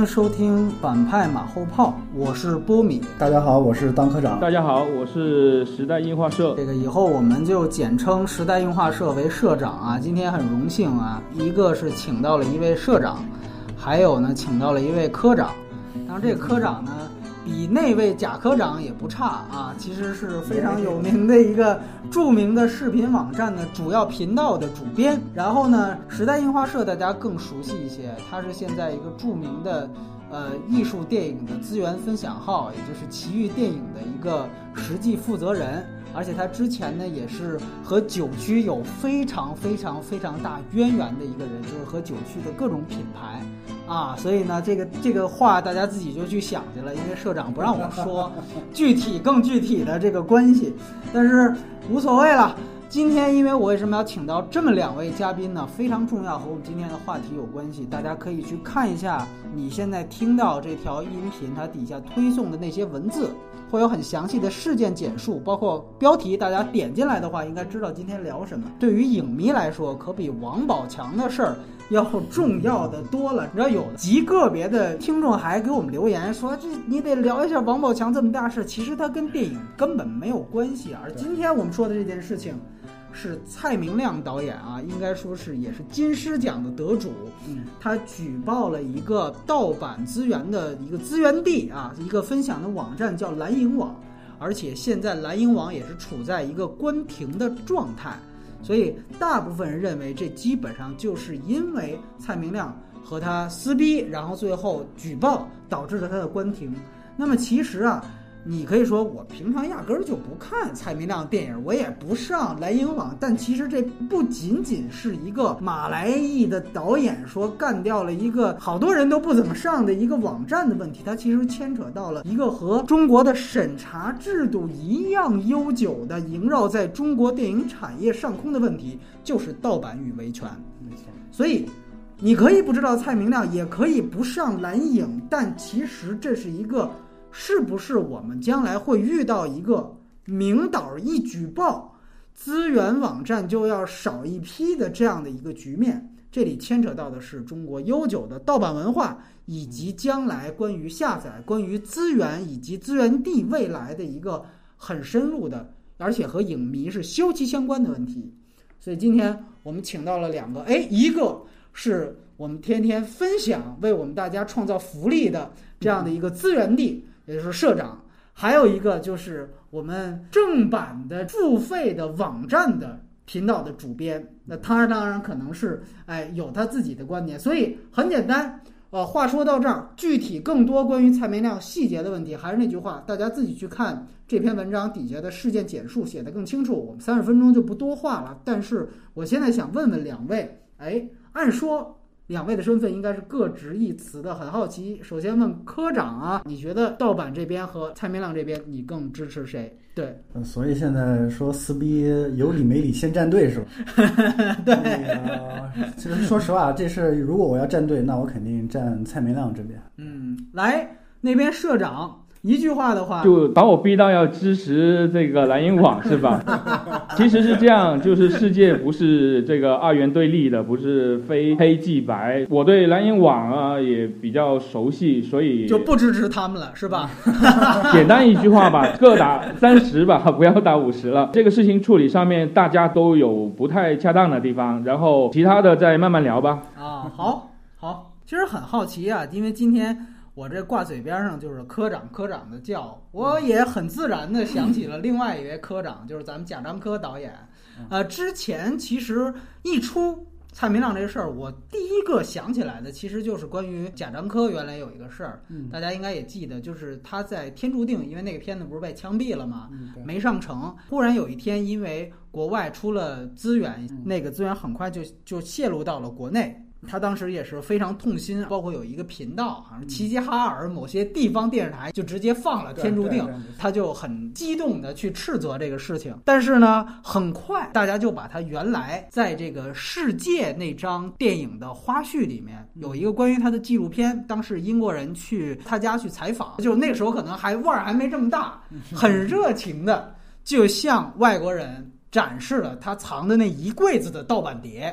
收听反派马后炮，我是波米。 大家好，我是当科长。 大家好，我是时代映画社。 这个以后我们就简称时代映画社为社长啊。今天很荣幸啊，一个是请到了一位社长，还有呢请到了一位科长。当然这个科长呢比那位贾科长也不差啊，其实是非常有名的一个著名的视频网站的主要频道的主编。然后呢，时代映画社大家更熟悉一些，它是现在一个著名的艺术电影的资源分享号，也就是奇遇电影的一个实际负责人。而且他之前呢也是和九区有非常大渊源的一个人，就是和九区的各种品牌啊，所以呢这个话大家自己就去想去了，因为社长不让我说更具体的这个关系，但是无所谓了。今天因为我为什么要请到这么两位嘉宾呢？非常重要，和我们今天的话题有关系。大家可以去看一下你现在听到这条音频它底下推送的那些文字，会有很详细的事件简述，包括标题，大家点进来的话应该知道今天聊什么。对于影迷来说，可比王宝强的事儿要重要的多了。你知道有极个别的听众还给我们留言说，这你得聊一下王宝强这么大事，其实他跟电影根本没有关系。而今天我们说的这件事情是蔡明亮导演啊，应该说是也是金狮奖的得主。他举报了一个盗版资源的一个资源地啊，一个分享的网站叫蓝影网，而且现在蓝影网也是处在一个关停的状态。所以大部分人认为这基本上就是因为蔡明亮和他撕逼，然后最后举报导致了他的关停。那么其实啊，你可以说我平常压根儿就不看蔡明亮电影，我也不上蓝影网，但其实这不仅仅是一个马来裔的导演说干掉了一个好多人都不怎么上的一个网站的问题，它其实牵扯到了一个和中国的审查制度一样悠久的萦绕在中国电影产业上空的问题，就是盗版与维权。所以你可以不知道蔡明亮，也可以不上蓝影，但其实这是一个是不是我们将来会遇到一个明导一举报资源网站就要少一批的这样的一个局面。这里牵扯到的是中国悠久的盗版文化，以及将来关于下载、关于资源以及资源地未来的一个很深入的，而且和影迷是息息相关的问题。所以今天我们请到了两个，一个是我们天天分享为我们大家创造福利的这样的一个资源地，也就是社长，还有一个就是我们正版的付费的网站的频道的主编。那他当然可能是有他自己的观点，所以很简单。话说到这儿，具体更多关于蔡明亮细节的问题，还是那句话，大家自己去看这篇文章底下的事件简述，写得更清楚。我们30分钟就不多话了。但是我现在想问问两位，按说两位的身份应该是各执一词的，很好奇。首先问科长啊，你觉得盗版这边和蔡明亮这边你更支持谁？对， 所以现在说撕逼有理没理先站队是吧？ 对， 其实说实话，这事如果我要站队，那我肯定站蔡明亮这边。 来那边社长。一句话的话， 就把我逼到要支持这个蓝影网是吧？其实是这样，就是世界不是这个二元对立的，不是非黑即白。我对蓝影网啊也比较熟悉，所以就不支持他们了，是吧？ 简单一句话吧，各打30吧，不要打50了。这个事情处理上面大家都有不太恰当的地方，然后其他的再慢慢聊吧。 好，其实很好奇啊，因为今天我这挂嘴边上就是科长的叫，我也很自然的想起了另外一位科长，就是咱们贾樟柯导演。之前其实一出蔡明亮这事儿，我第一个想起来的其实就是关于贾樟柯原来有一个事儿，大家应该也记得，就是他在《天注定》，因为那个片子不是被枪毙了吗？没上成。忽然有一天，因为国外出了资源，那个资源很快就泄露到了国内。他当时也是非常痛心，包括有一个频道，好像齐齐哈尔某些地方电视台就直接放了《天注定》，他就很激动的去斥责这个事情。但是呢，很快大家就把他原来在这个世界那张电影的花絮里面有一个关于他的纪录片，当时英国人去他家去采访，就那个时候可能腕儿还没这么大，很热情的就向外国人展示了他藏的那一柜子的盗版碟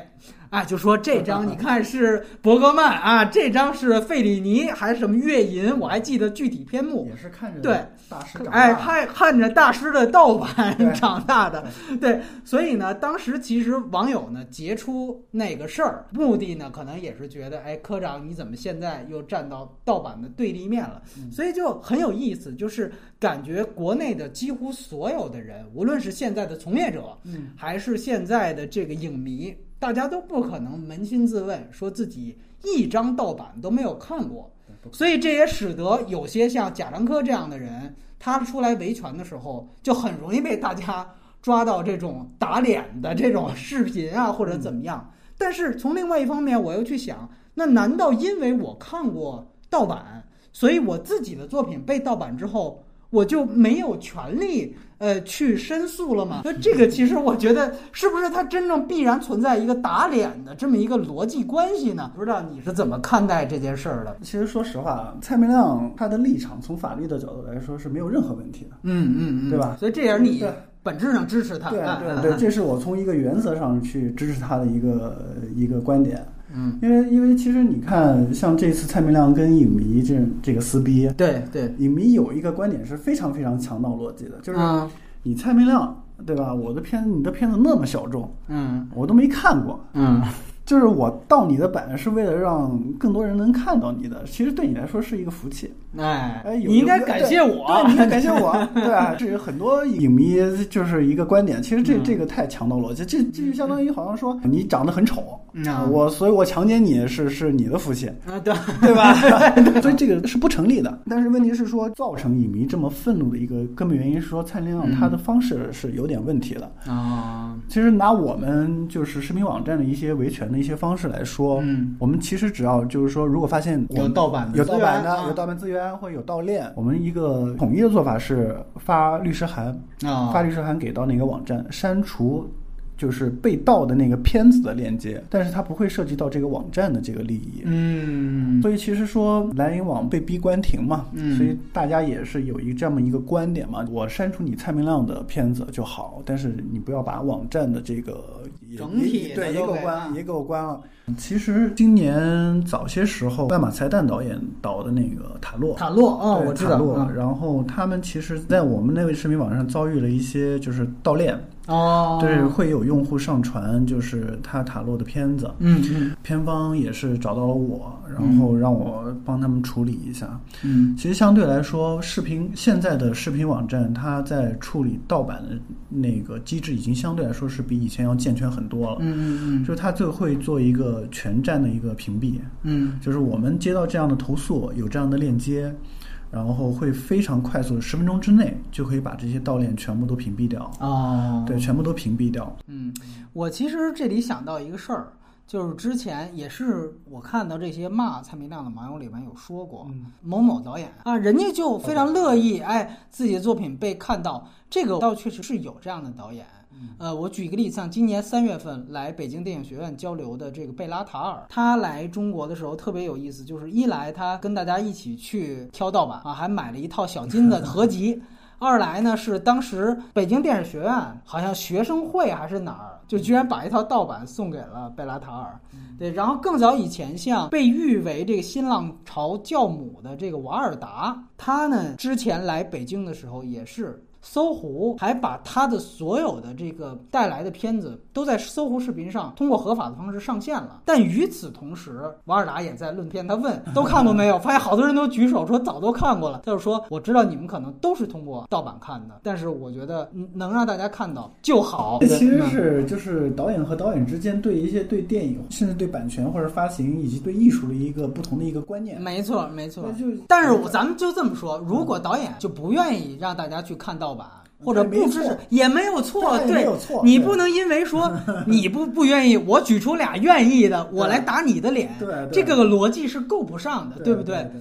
哎，就说这张你看是伯格曼啊，这张是费里尼还是什么月银，我还记得具体篇目， 也是看着对大师长大， 哎，看着大师的盗版长大的，对，所以呢，当时其实网友呢截出那个事儿，目的呢可能也是觉得，哎，科长你怎么现在又站到盗版的对立面了？所以就很有意思，就是感觉国内的几乎所有的人，无论是现在的从业者，还是现在的这个影迷，大家都不可能扪心自问，说自己一张盗版都没有看过。所以这也使得有些像贾樟柯这样的人，他出来维权的时候，就很容易被大家抓到这种打脸的这种视频啊，或者怎么样。但是从另外一方面，我又去想，那难道因为我看过盗版，所以我自己的作品被盗版之后，我就没有权利去申诉了吗？那这个其实我觉得是不是它真正必然存在一个打脸的这么一个逻辑关系呢？不知道你是怎么看待这件事儿的？ 其实说实话，蔡明亮他的立场从法律的角度来说是没有任何问题的，对吧？ 所以这也是你本质上支持他。 对，这是我从一个原则上去支持他的一个观点。因为其实你看，像这次蔡明亮跟影迷这个撕逼， 对， 影迷有一个观点是非常非常强盗逻辑的，就是你蔡明亮对吧？你的片子那么小众，我都没看过，就是我盗你的版是为了让更多人能看到你的，其实对你来说是一个福气。 你应该感谢我， 对，你应该感谢我，对吧？这有很多影迷就是一个观点，其实这个太强盗逻辑，这就相当于好像说你长得很丑，所以我强奸你是你的福气，对吧？所以这个是不成立的。但是问题是说，造成影迷这么愤怒的一个根本原因是说，蔡明亮他的方式是有点问题的啊。其实拿我们就是视频网站的一些维权的一些方式来说，我们其实只要就是说，如果发现有盗版的、 有盗版资源或者有盗链，我们一个统一的做法是发律师函给到那个网站，删除就是被盗的那个片子的链接，但是它不会涉及到这个网站的这个利益。所以其实说蓝影网被逼关停嘛，所以大家也是有这么一个观点嘛，我删除你蔡明亮的片子就好，但是你不要把网站的这个整体也给我关了。其实今年早些时候，万马才旦导演导的那个塔洛， 我知道。 然后他们其实在我们那位视频网上遭遇了一些就是盗链。对，会有用户上传就是他塔洛的片子，片方也是找到了我，然后让我帮他们处理一下。其实相对来说，现在的视频网站，它在处理盗版的那个机制已经相对来说是比以前要健全很多了。就是它就会做一个全站的一个屏蔽。就是我们接到这样的投诉，有这样的链接，然后会非常快速，10分钟之内就可以把这些盗链全部都屏蔽掉。对，全部都屏蔽掉。 我其实这里想到一个事儿，就是之前也是我看到这些骂蔡明亮的网友里面有说过，某某导演啊，人家就非常乐意，自己的作品被看到，这个倒确实是有这样的导演。我举一个例子，像今年3月份来北京电影学院交流的这个贝拉塔尔，他来中国的时候特别有意思，就是一来他跟大家一起去挑盗版啊，还买了一套小金的合集。二来呢是当时北京电影学院好像学生会还是哪儿，就居然把一套盗版送给了贝拉塔尔。对，然后更早以前像被誉为这个新浪潮教母的这个瓦尔达，他呢之前来北京的时候也是搜狐还把他的所有的这个带来的片子都在搜狐视频上通过合法的方式上线了。但与此同时，瓦尔达也在论片，他问都看过没有，发现好多人都举手说早都看过了。他就说我知道你们可能都是通过盗版看的，但是我觉得能让大家看到就好。 其实是就是导演和导演之间对一些对电影甚至对版权或者发行以及对艺术的一个不同的一个观念。 没错。但是咱们就这么说，如果导演就不愿意让大家去看盗版或者不支持也没有错，对，你不能因为说你不愿意，我举出俩愿意的，我来打你的脸， 对， 这个逻辑是够不上的，对不对？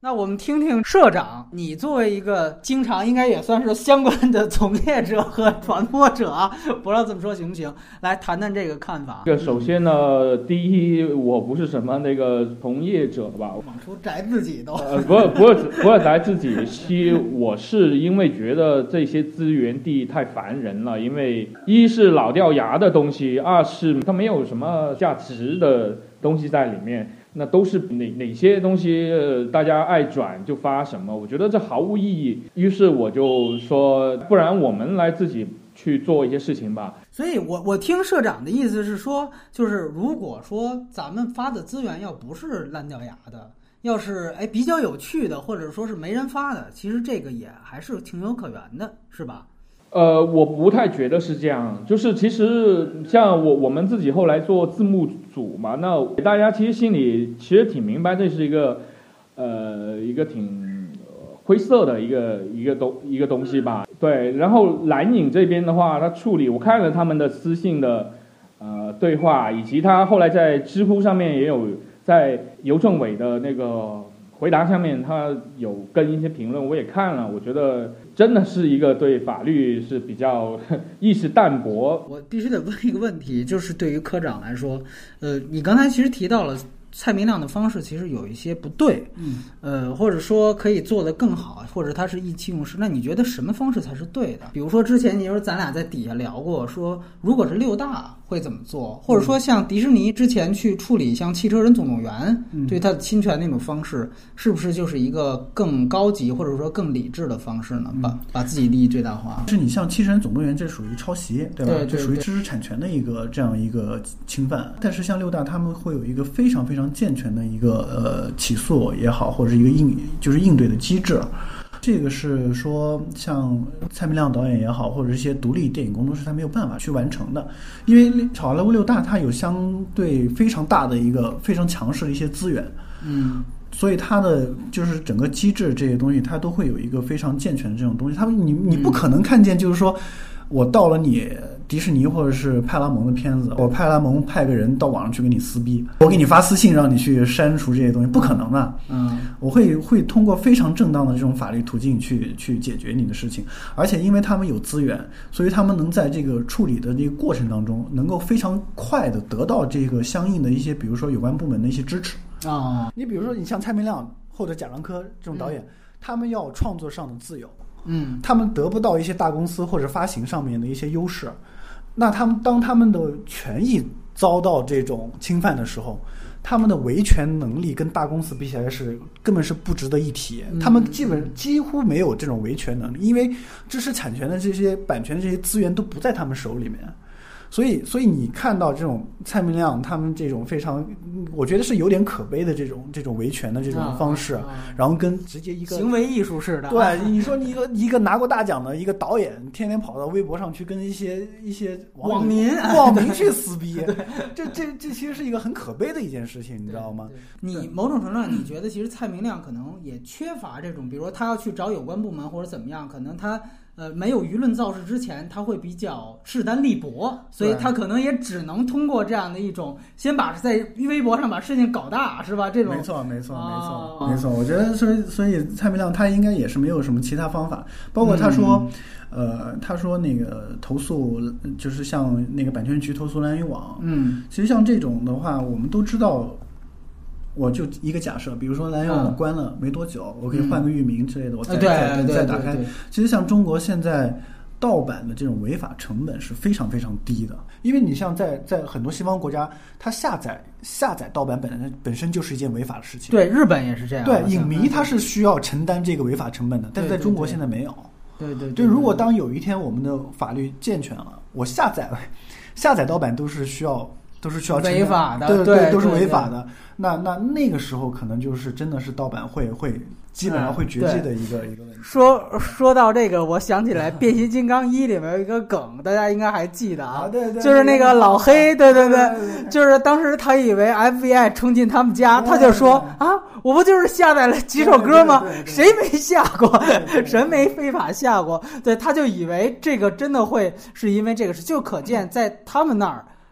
那我们听听社长，你作为一个经常应该也算是相关的从业者和传播者啊，不知道这么说行不行？来谈谈这个看法。 首先呢，第一，我不是什么那个从业者吧， 往出摘自己都。 不是摘自己，我是因为觉得这些资源第一太烦人了，因为一是老掉牙的东西，二是它没有什么价值的东西在里面。那都是哪些东西大家爱转就发什么，我觉得这毫无意义。于是我就说，不然我们来自己去做一些事情吧。 所以我听社长的意思是说，就是如果说咱们发的资源要不是烂掉牙的，要是比较有趣的，或者说是没人发的，其实这个也还是情有可原的，是吧？ 我不太觉得是这样，就是其实像我们自己后来做字幕组嘛，那大家其实心里其实挺明白，这是一个挺灰色的一个东西吧。对，然后蓝影这边的话，他处理我看了他们的私信的对话，以及他后来在知乎上面也有在邮政委的那个回答下面，他有跟一些评论，我也看了，我觉得真的是一个对法律是比较意识淡薄。 我必须得问一个问题，就是对于科长来说，你刚才其实提到了蔡明亮的方式其实有一些不对，或者说可以做得更好，或者他是意气用事。那你觉得什么方式才是对的？比如说之前你说咱俩在底下聊过，说如果是六大会怎么做，或者说像迪士尼之前去处理像汽车人总动员对他的侵权那种方式，是不是就是一个更高级或者说更理智的方式呢？把自己利益最大化。 是你像汽车人总动员，这属于抄袭，对吧？ 对， 这属于知识产权的这样一个侵犯。但是像六大他们会有一个非常非常健全的一个起诉也好，或者是一个应对的机制。这个是说像蔡明亮导演也好，或者是一些独立电影工作室，他没有办法去完成的，因为好莱坞六大它有相对非常大的一个非常强势的一些资源，所以它的就是整个机制这些东西，它都会有一个非常健全的这种东西。你不可能看见就是说我到了你迪士尼或者是派拉蒙的片子，我派拉蒙派个人到网上去给你撕逼，我给你发私信让你去删除这些东西，不可能的。我会通过非常正当的这种法律途径去解决你的事情，而且因为他们有资源，所以他们能在这个处理的这个过程当中，能够非常快的得到这个相应的一些，比如说有关部门的一些支持啊。你比如说你像蔡明亮或者贾樟柯这种导演，他们要创作上的自由。他们得不到一些大公司或者发行上面的一些优势，那当他们的权益遭到这种侵犯的时候，他们的维权能力跟大公司比起来根本是不值得一提。他们几乎没有这种维权能力，因为知识产权的这些版权的这些资源都不在他们手里面。所以你看到这种蔡明亮他们这种非常，我觉得是有点可悲的这种维权的这种方式，然后跟直接一个行为艺术式的， 对，你说你一个拿过大奖的一个导演，天天跑到微博上去跟一些网民去撕逼，这其实是一个很可悲的一件事情，你知道吗？ 你某种程度上，你觉得其实蔡明亮可能也缺乏这种，比如说他要去找有关部门或者怎么样，可能他没有舆论造势之前，他会比较势单力薄，所以他可能也只能通过这样的一种，先把在微博上把事情搞大，是吧？这种没错。我觉得所以蔡明亮他应该也是没有什么其他方法，包括他说那个投诉，就是像那个版权局投诉蓝云网，其实像这种的话，我们都知道。我就一个假设，比如说蓝云网关了没多久，我可以换个域名之类的，我再打开。其实像中国现在盗版的这种违法成本是非常非常低的，因为你像在很多西方国家，它下载盗版本身就是一件违法的事情。 对，日本也是这样。 对，影迷他是需要承担这个违法成本的，但是在中国现在没有。 对， 就如果当有一天我们的法律健全了，我下载盗版都是需要违法的， 对，都是违法的。那个时候可能就是真的是盗版会基本上会绝迹的一个问题。 说到这个，我想起来《变形金刚1》里面有一个梗，大家应该还记得啊， 对， 就是那个老黑，对，就是当时他以为 FBI 冲进他们家，他就说啊，我不就是下载了几首歌吗？谁没下过？谁没非法下过？对，他就以为这个真的会是因为这个事，就可见在他们那儿。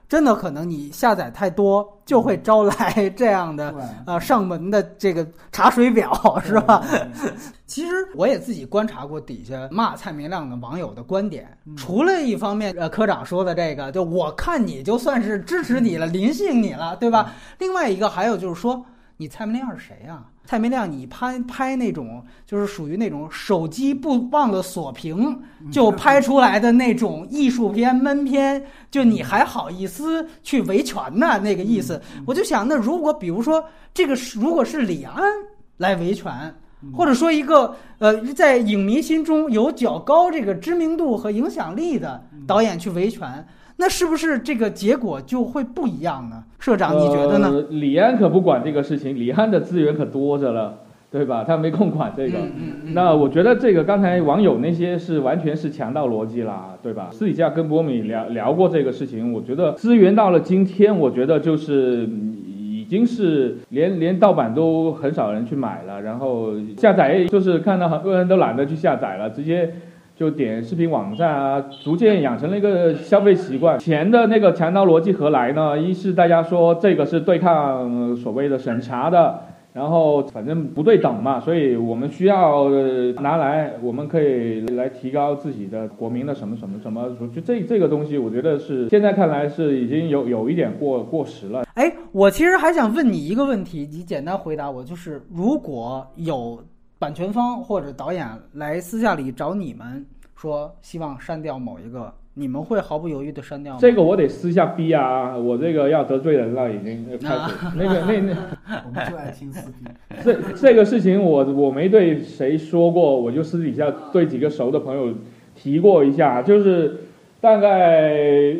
真的可能你下载太多，就会招来这样的上门的这个查水表，是吧？其实我也自己观察过底下骂蔡明亮的网友的观点，除了一方面科长说的这个，就我看你就算是支持你了，临幸你了，对吧？另外一个还有就是说，你蔡明亮是谁啊？蔡明亮，你拍那种就是属于那种手机不忘了锁屏就拍出来的那种艺术片闷片，就你还好意思去维权呢？那个意思，我就想，那如果比如说这个如果是李安来维权，或者说一个在影迷心中有较高这个知名度和影响力的导演去维权，那是不是这个结果就会不一样呢？社长，你觉得呢？ 李安可不管这个事情，李安的资源可多着了，对吧？他没空管这个。那我觉得这个刚才网友那些是完全是强盗逻辑啦，对吧？私底下跟波米聊过这个事情，我觉得资源到了今天，我觉得就是已经是连盗版都很少人去买了，然后下载就是看到很多人都懒得去下载了，直接就点视频网站啊，逐渐养成了一个消费习惯。前的那个强盗逻辑何来呢？一是大家说这个是对抗所谓的审查的，然后反正不对等嘛，所以我们需要拿来，我们可以来提高自己的国民的什么，就这个东西，我觉得是现在看来是已经有一点过时了。 哎，我其实还想问你一个问题，你简单回答我，就是如果有版权方或者导演来私下里找你们说希望删掉某一个，你们会毫不犹豫的删掉吗？ 这个我得私下逼啊，我这个要得罪人了，已经开始。那我们就爱听撕逼。 这个事情我没对谁说过，我就私底下对几个熟的朋友提过一下，就是大概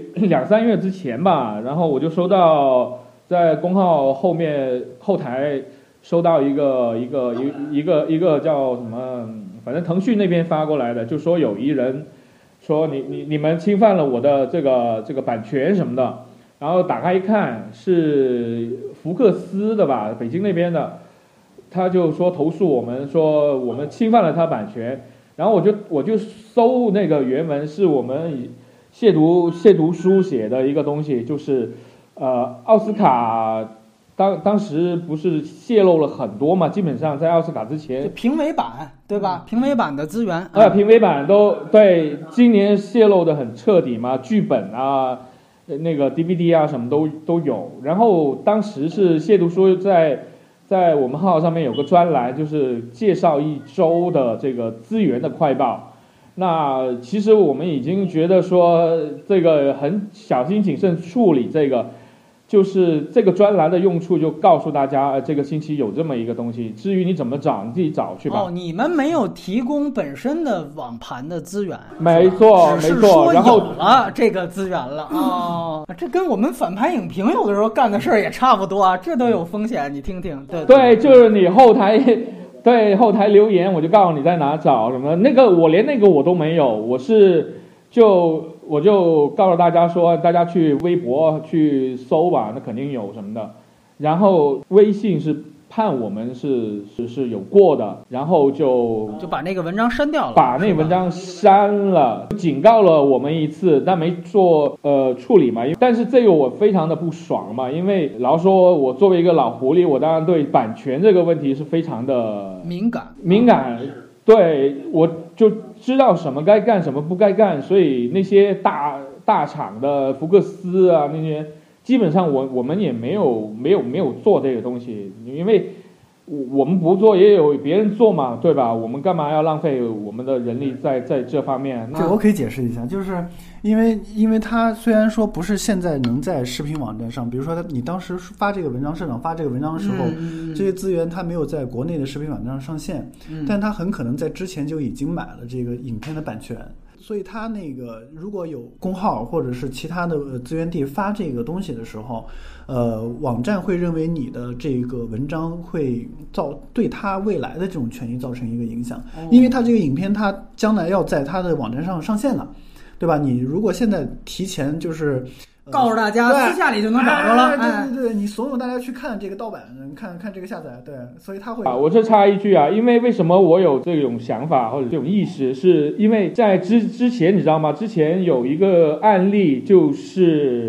2-3月之前吧，然后我就收到在公号后台收到一个叫什么，反正腾讯那边发过来的，就说有一人说你们侵犯了我的这个版权什么的，然后打开一看是福克斯的吧，北京那边的，他就说投诉我们，说我们侵犯了他版权，然后我就搜那个原文，是我们亵渎书写的一个东西，就是奥斯卡。当时不是泄露了很多嘛，基本上在奥斯卡之前， 评委版对吧？评委版的资源， 评委版都对，今年泄露的很彻底嘛，剧本啊，那个 DVD 啊什么都有。然后当时是亵渎书在我们号上面有个专栏，就是介绍1周的这个资源的快报。那其实我们已经觉得说这个很小心谨慎处理这个。就是这个专栏的用处，就告诉大家，这个星期有这么一个东西。至于你怎么找，你自己找去吧。 哦，你们没有提供本身的网盘的资源， 没错，没错。然后有了这个资源了哦，这跟我们反派影评有的时候干的事儿也差不多啊，这都有风险，你听听。 对，就是你后台留言，我就告诉你在哪找什么。那个我连那个我都没有，我就告诉大家说，大家去微博去搜吧，那肯定有什么的。然后微信是判我们是有过的，然后就把那个文章删掉了， 把那文章删了，警告了我们一次，但没做处理嘛。但是这个我非常的不爽嘛，因为老说我作为一个老狐狸，我当然对版权这个问题是非常的敏感。对，我就知道什么该干，什么不该干，所以那些大厂的福克斯啊，那些基本上我们也没有做这个东西，因为我们不做也有别人做嘛，对吧？我们干嘛要浪费我们的人力在这方面？ 这我可以解释一下，就是因为它虽然说不是现在能在视频网站上，比如说你当时发这个文章，社长发这个文章的时候，这些资源它没有在国内的视频网站上上线，但它很可能在之前就已经买了这个影片的版权。所以它那个如果有公号或者是其他的资源地发这个东西的时候，网站会认为你的这个文章会对它未来的这种权益造成一个影响，因为它这个影片它将来要在它的网站上上线了，对吧？你如果现在提前就是告诉大家，私下里就能找着了。 对，你怂恿大家去看这个盗版，看这个下载，对，所以他会。 我这插一句啊，因为什么我有这种想法或者这种意识，是因为在之前你知道吗？之前有一个案例，就是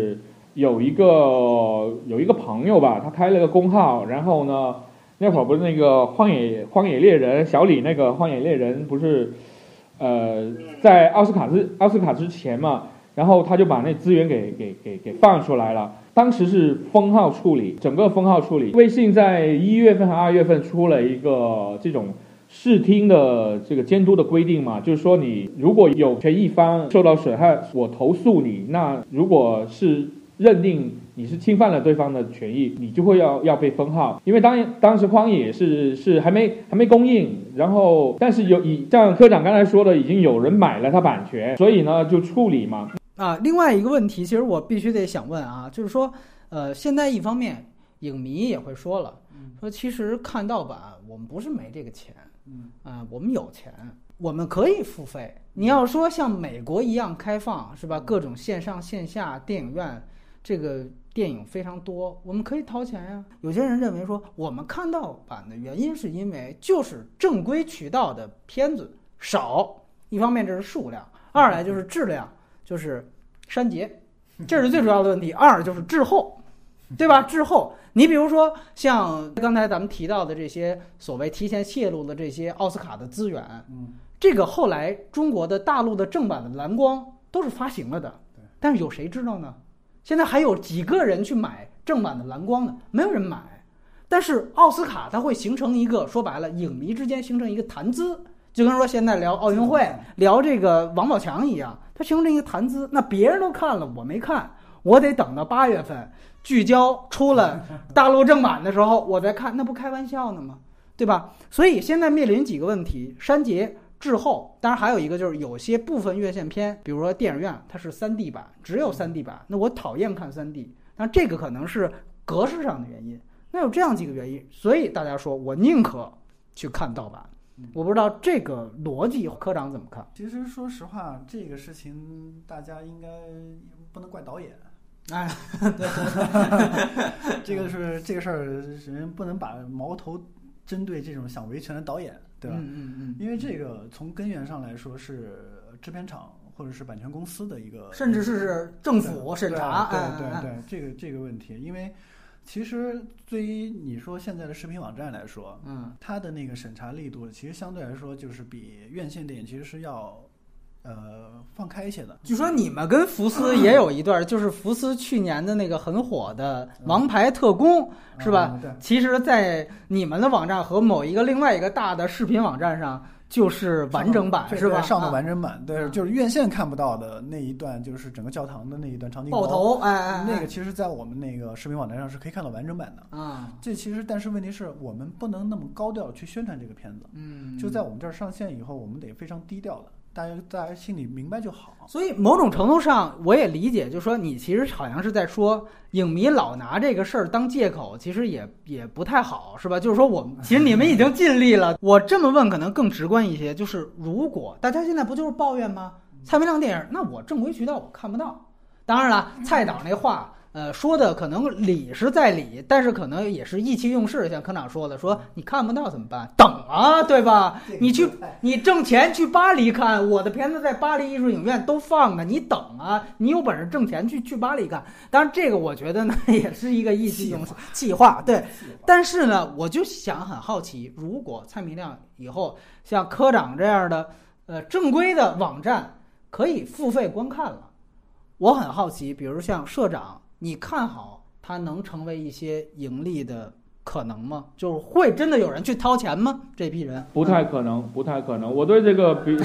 有一个朋友吧，他开了个公号，然后呢，那会儿不是那个荒野猎人小李那个荒野猎人不是，在奥斯卡之前嘛，然后他就把那资源给放出来了。当时是封号处理，整个封号处理。微信在1月份和2月份出了一个这种视听的这个监督的规定嘛，就是说你如果有权益方受到损害，我投诉你，那如果是认定你是侵犯了对方的权益，你就会要被封号。因为当时荒野是还没供应，然后但是像科长刚才说的，已经有人买了它版权，所以呢就处理嘛。 另外一个问题，其实我必须得想问啊，就是说，现在一方面影迷也会说了，说其实看盗版我们不是没这个钱，我们有钱，我们可以付费。你要说像美国一样开放是吧？各种线上线下电影院，这个电影非常多，我们可以掏钱呀。有些人认为说，我们看盗版的原因是因为就是正规渠道的片子少，一方面这是数量，二来就是质量。就是删节，这是最主要的问题。二就是滞后，对吧？滞后，你比如说像刚才咱们提到的这些所谓提前泄露的这些奥斯卡的资源，这个后来中国的大陆的正版的蓝光都是发行了的，但是有谁知道呢？现在还有几个人去买正版的蓝光呢？没有人买。但是奥斯卡它会形成一个，说白了，影迷之间形成一个谈资，就跟说现在聊奥运会、聊这个王宝强一样。它形成一个谈资，那别人都看了，我没看，我得等到8月份聚焦出了大陆正版的时候我再看，那不开玩笑呢吗？对吧？所以现在面临几个问题：删节、滞后，当然还有一个就是有些部分院线片，比如说电影院它是3D 版，只有3D 版，那我讨厌看3D，但这个可能是格式上的原因。那有这样几个原因，所以大家说我宁可去看盗版。我不知道这个逻辑科长怎么看。 其实说实话，这个事情大家应该不能怪导演，对这个事儿，人不能把矛头针对这种想维权的导演，对吧？因为这个从根源上来说是制片厂或者是版权公司的一个， 甚至是政府审查， 对，这个问题，因为。其实对于你说现在的视频网站来说，它的那个审查力度其实相对来说就是比院线电影其实是要放开一些的。 据说你们跟福斯也有一段，就是福斯去年的那个很火的《王牌特工》，是吧？ 对。 其实，在你们的网站和某一个另外一个大的视频网站上。就是完整版是吧？ 上的完整版，对，就是院线看不到的那一段，就是整个教堂的那一段长镜头爆头， 那个其实在我们那个视频网站上是可以看到完整版的啊。 这其实，但是问题是我们不能那么高调去宣传这个片子，就在我们这儿上线以后，我们得非常低调的。大家心里明白就好。 所以某种程度上我也理解，就是说你其实好像是在说影迷老拿这个事儿当借口，其实也不太好，是吧？就是说其实你们已经尽力了。我这么问可能更直观一些，就是如果大家现在不就是抱怨吗？蔡明亮电影，那我正规渠道我看不到。当然了，蔡导那话说的可能理是在理，但是可能也是意气用事，像科长说的，说你看不到怎么办？等啊，对吧？你挣钱去巴黎看，我的片子在巴黎艺术影院都放呢，你等啊，你有本事挣钱去巴黎看。当然，这个我觉得呢也是一个意气用事气话，对。但是呢，我就想很好奇，如果蔡明亮以后像科长这样的正规的网站可以付费观看了，我很好奇，比如像社长。你看好它能成为一些盈利的可能吗？就是会真的有人去掏钱吗？这批人不太可能，不太可能。我对这个比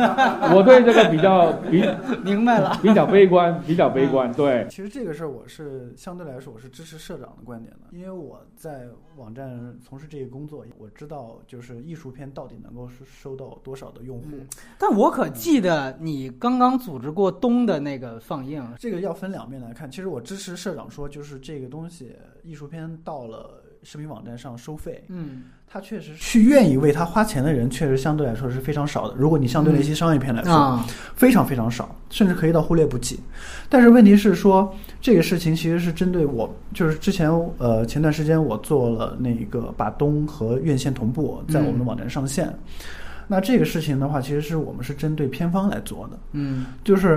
明白了， 比较悲观。对， 其实这个事儿我是相对来说我是支持社长的观点的，因为我在网站从事这个工作，我知道就是艺术片到底能够收到多少的用户。 但我可记得你刚刚组织过东的那个放映， 这个要分两面来看。其实我支持社长说，就是这个东西艺术片到了视频网站上收费，他确实去愿意为他花钱的人确实相对来说是非常少的。如果你相对那些商业片来说，非常非常少，甚至可以到忽略不计。但是问题是说，这个事情其实是针对我，就是之前前段时间我做了那个把东和院线同步在我们的网站上线。那这个事情的话，其实是我们是针对片方来做的，就是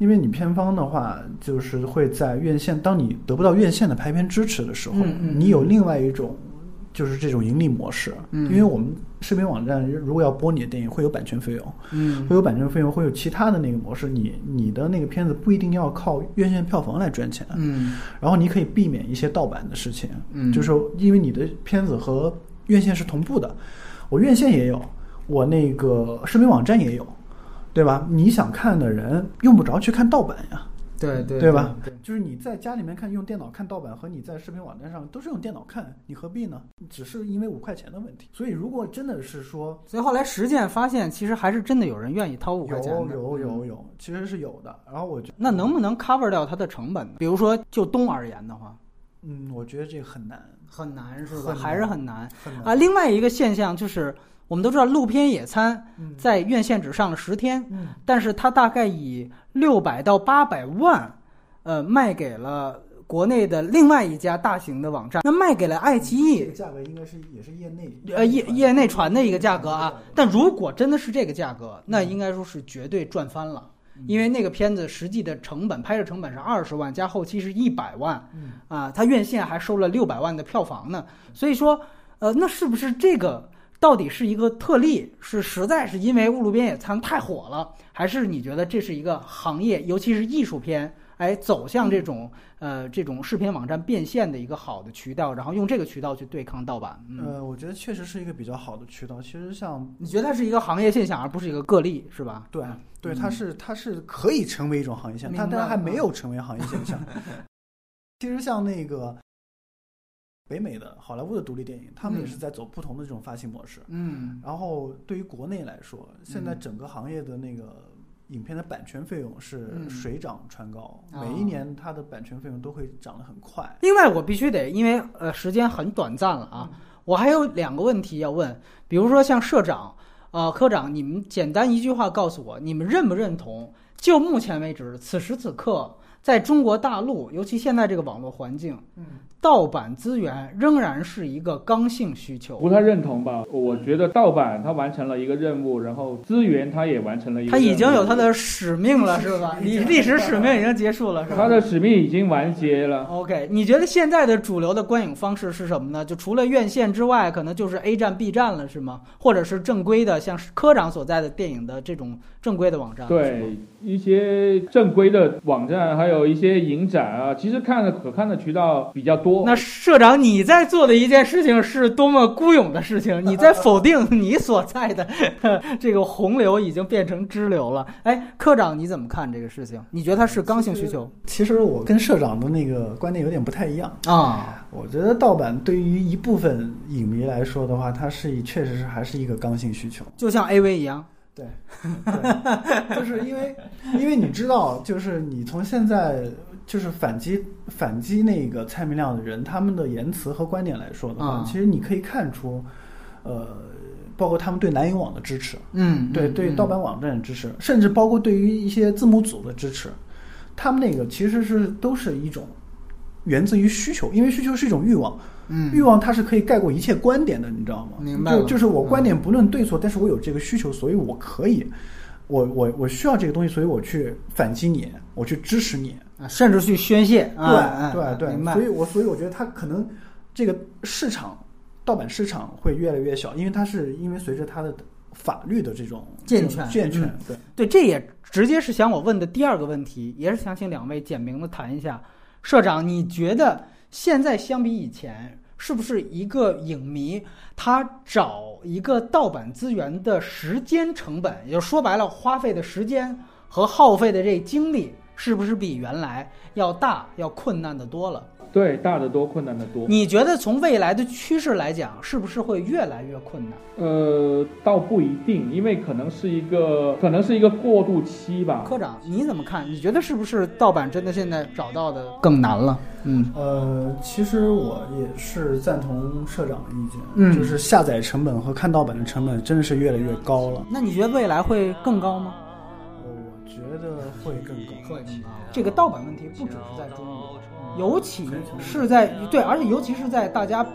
因为你片方的话，就是会在院线，当你得不到院线的排片支持的时候，你有另外一种就是这种盈利模式。因为我们视频网站如果要播你的电影，会有版权费用，会有版权费用，会有其他的那个模式，你的那个片子不一定要靠院线票房来赚钱，然后你可以避免一些盗版的事情，就是因为你的片子和院线是同步的，我院线也有，我那个视频网站也有，对吧？你想看的人用不着去看盗版呀。对吧？就是你在家里面看用电脑看盗版和你在视频网站上都是用电脑看，你何必呢？只是因为5块钱的问题。所以如果真的是说， 所以后来实践发现，其实还是真的有人愿意掏5块钱的。 有，其实是有的。然后我觉得那能不能 cover 掉它的成本呢？比如说就东而言的话， 我觉得这个很难是吧？还是很难啊。另外一个现象就是。我们都知道路边野餐在院线只上了10天，但是它大概以600到800万，卖给了国内的另外一家大型的网站，那卖给了爱奇艺， 这个价格应该也是业内传的一个价格啊。但如果真的是这个价格，那应该说是绝对赚翻了，因为那个片子实际的成本拍摄成本是20万，加后期是100万，啊，它院线还收了600万的票房呢。所以说，那是不是这个？到底是一个特例，是实在是因为路边野餐太火了，还是你觉得这是一个行业，尤其是艺术片，走向这种视频网站变现的一个好的渠道，然后用这个渠道去对抗盗版？ 我觉得确实是一个比较好的渠道。其实像你觉得它是一个行业现象，而不是一个个例，是吧？ 对，它是可以成为一种行业现象，但它还没有成为行业现象。其实像那个。北美的好莱坞的独立电影，他们也是在走不同的这种发行模式。然后对于国内来说，现在整个行业的那个影片的版权费用是水涨船高，每一年它的版权费用都会涨得很快。 另外，我必须得，因为时间很短暂了啊，我还有2个问题要问，比如说像社长、科长，你们简单一句话告诉我，你们认不认同？就目前为止，此时此刻，在中国大陆，尤其现在这个网络环境，盗版资源仍然是一个刚性需求。 不太认同吧？我觉得盗版它完成了一个任务，然后资源它也完成了一个任务。 它已经有它的使命了，是吧？历史使命已经结束了，是吧？ 它的使命已经完结了。 OK， 你觉得现在的主流的观影方式是什么呢？就除了院线之外，可能就是 A 站、B 站了，是吗？或者是正规的，像科长所在的电影的这种正规的网站？ 对，一些正规的网站，还有一些影展啊，其实可看的渠道比较多。 那社长，你在做的一件事情是多么孤勇的事情！你在否定你所在的这个洪流已经变成支流了。科长你怎么看这个事情？你觉得它是刚性需求？ 其实我跟社长的那个观点有点不太一样啊。 我觉得盗版对于一部分影迷来说的话，它确实是还是一个刚性需求， 就像 AV 一样。 对，就是因为你知道，就是你从现在就是反击那个蔡明亮的人，他们的言辞和观点来说的话，其实你可以看出，包括他们对蓝影网的支持，对盗版网站的支持，甚至包括对于一些字幕组的支持，他们那个其实都是一种源自于需求，因为需求是一种欲望。欲望它是可以盖过一切观点的，你知道吗？ 明白了。 就是我观点不论对错，但是我有这个需求，所以我可以，我需要这个东西，所以我去反击你，我去支持你， 甚至去宣泄。 对， 明白。 所以我觉得它可能这个盗版市场会越来越小，因为随着它的法律的这种健全， 对，这也直接是想我问的第2个问题，也是想请2位简明的谈一下。社长，你觉得现在相比以前，是不是一个影迷他找一个盗版资源的时间成本，也就说白了，花费的时间和耗费的这精力，是不是比原来要大、要困难的多了？ 对，大得多，困难的多。 你觉得从未来的趋势来讲，是不是会越来越困难？ 倒不一定，因为可能是一个过渡期吧。 科长，你怎么看？你觉得是不是盗版真的现在找到的更难了？ 其实我也是赞同社长的意见，就是下载成本和看盗版的成本真的是越来越高了。 那你觉得未来会更高吗？ 我觉得会更高。 这个盗版问题不只是在中国。尤其是在而且尤其是在大家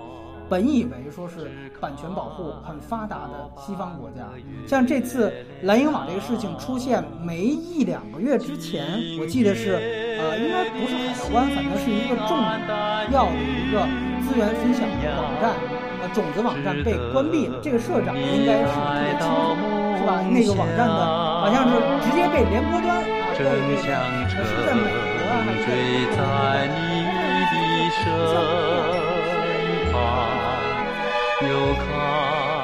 本以为说是版权保护很发达的西方国家，像这次蓝鹰网这个事情出现没1-2个月之前，我记得是应该不是海盗湾，反正是一个重要的一个资源分享的网站，种子网站被关闭了，这个社长应该是特别清楚，是吧？那个网站的好像是直接被廉颇端是在美国还是追在你的身旁，又看